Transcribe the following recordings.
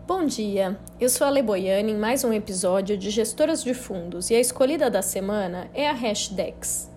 Bom dia, eu sou a Lê Boiani em mais um episódio de Gestoras de Fundos e a escolhida da semana é a HashDex.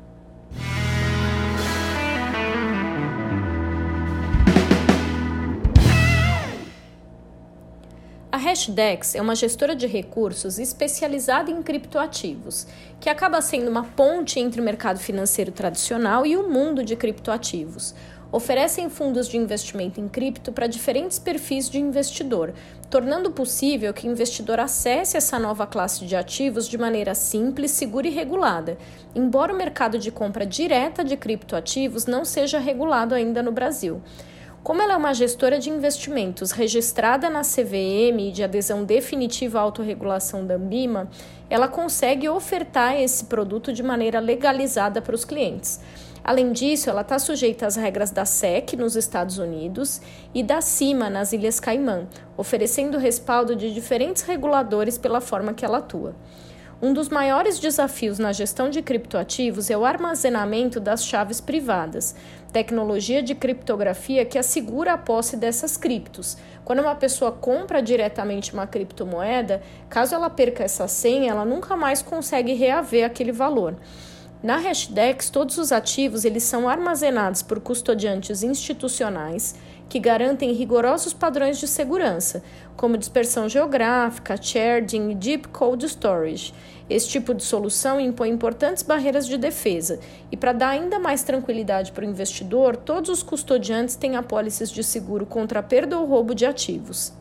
A HashDex é uma gestora de recursos especializada em criptoativos, que acaba sendo uma ponte entre o mercado financeiro tradicional e o mundo de criptoativos. Oferecem fundos de investimento em cripto para diferentes perfis de investidor, tornando possível que o investidor acesse essa nova classe de ativos de maneira simples, segura e regulada, embora o mercado de compra direta de criptoativos não seja regulado ainda no Brasil. Como ela é uma gestora de investimentos registrada na CVM e de adesão definitiva à autorregulação da Anbima, ela consegue ofertar esse produto de maneira legalizada para os clientes. Além disso, ela está sujeita às regras da SEC nos Estados Unidos e da CIMA nas Ilhas Caimã, oferecendo respaldo de diferentes reguladores pela forma que ela atua. Um dos maiores desafios na gestão de criptoativos é o armazenamento das chaves privadas, tecnologia de criptografia que assegura a posse dessas criptos. Quando uma pessoa compra diretamente uma criptomoeda, caso ela perca essa senha, ela nunca mais consegue reaver aquele valor. Na HashDex, todos os ativos eles são armazenados por custodiantes institucionais que garantem rigorosos padrões de segurança, como dispersão geográfica, sharding e deep cold storage. Esse tipo de solução impõe importantes barreiras de defesa e, para dar ainda mais tranquilidade para o investidor, todos os custodiantes têm apólices de seguro contra perda ou roubo de ativos.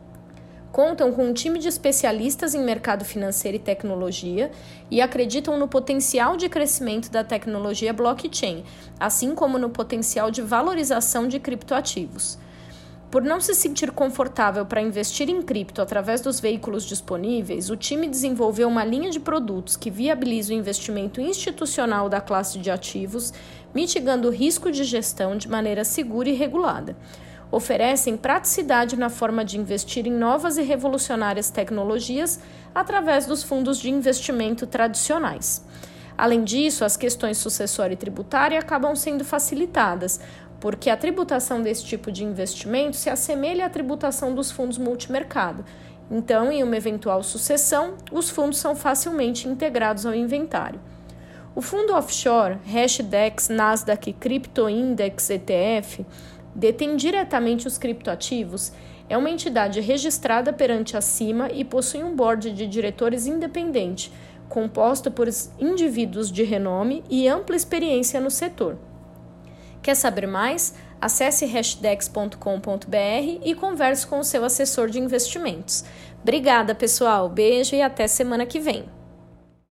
Contam com um time de especialistas em mercado financeiro e tecnologia e acreditam no potencial de crescimento da tecnologia blockchain, assim como no potencial de valorização de criptoativos. Por não se sentir confortável para investir em cripto através dos veículos disponíveis, o time desenvolveu uma linha de produtos que viabiliza o investimento institucional da classe de ativos, mitigando o risco de gestão de maneira segura e regulada. Oferecem praticidade na forma de investir em novas e revolucionárias tecnologias através dos fundos de investimento tradicionais. Além disso, as questões sucessória e tributária acabam sendo facilitadas, porque a tributação desse tipo de investimento se assemelha à tributação dos fundos multimercado. Então, em uma eventual sucessão, os fundos são facilmente integrados ao inventário. O fundo offshore, HashDex Nasdaq Crypto Index ETF, detém diretamente os criptoativos, é uma entidade registrada perante a CIMA e possui um board de diretores independente, composto por indivíduos de renome e ampla experiência no setor. Quer saber mais? Acesse hashdex.com.br e converse com o seu assessor de investimentos. Obrigada, pessoal. Beijo e até semana que vem.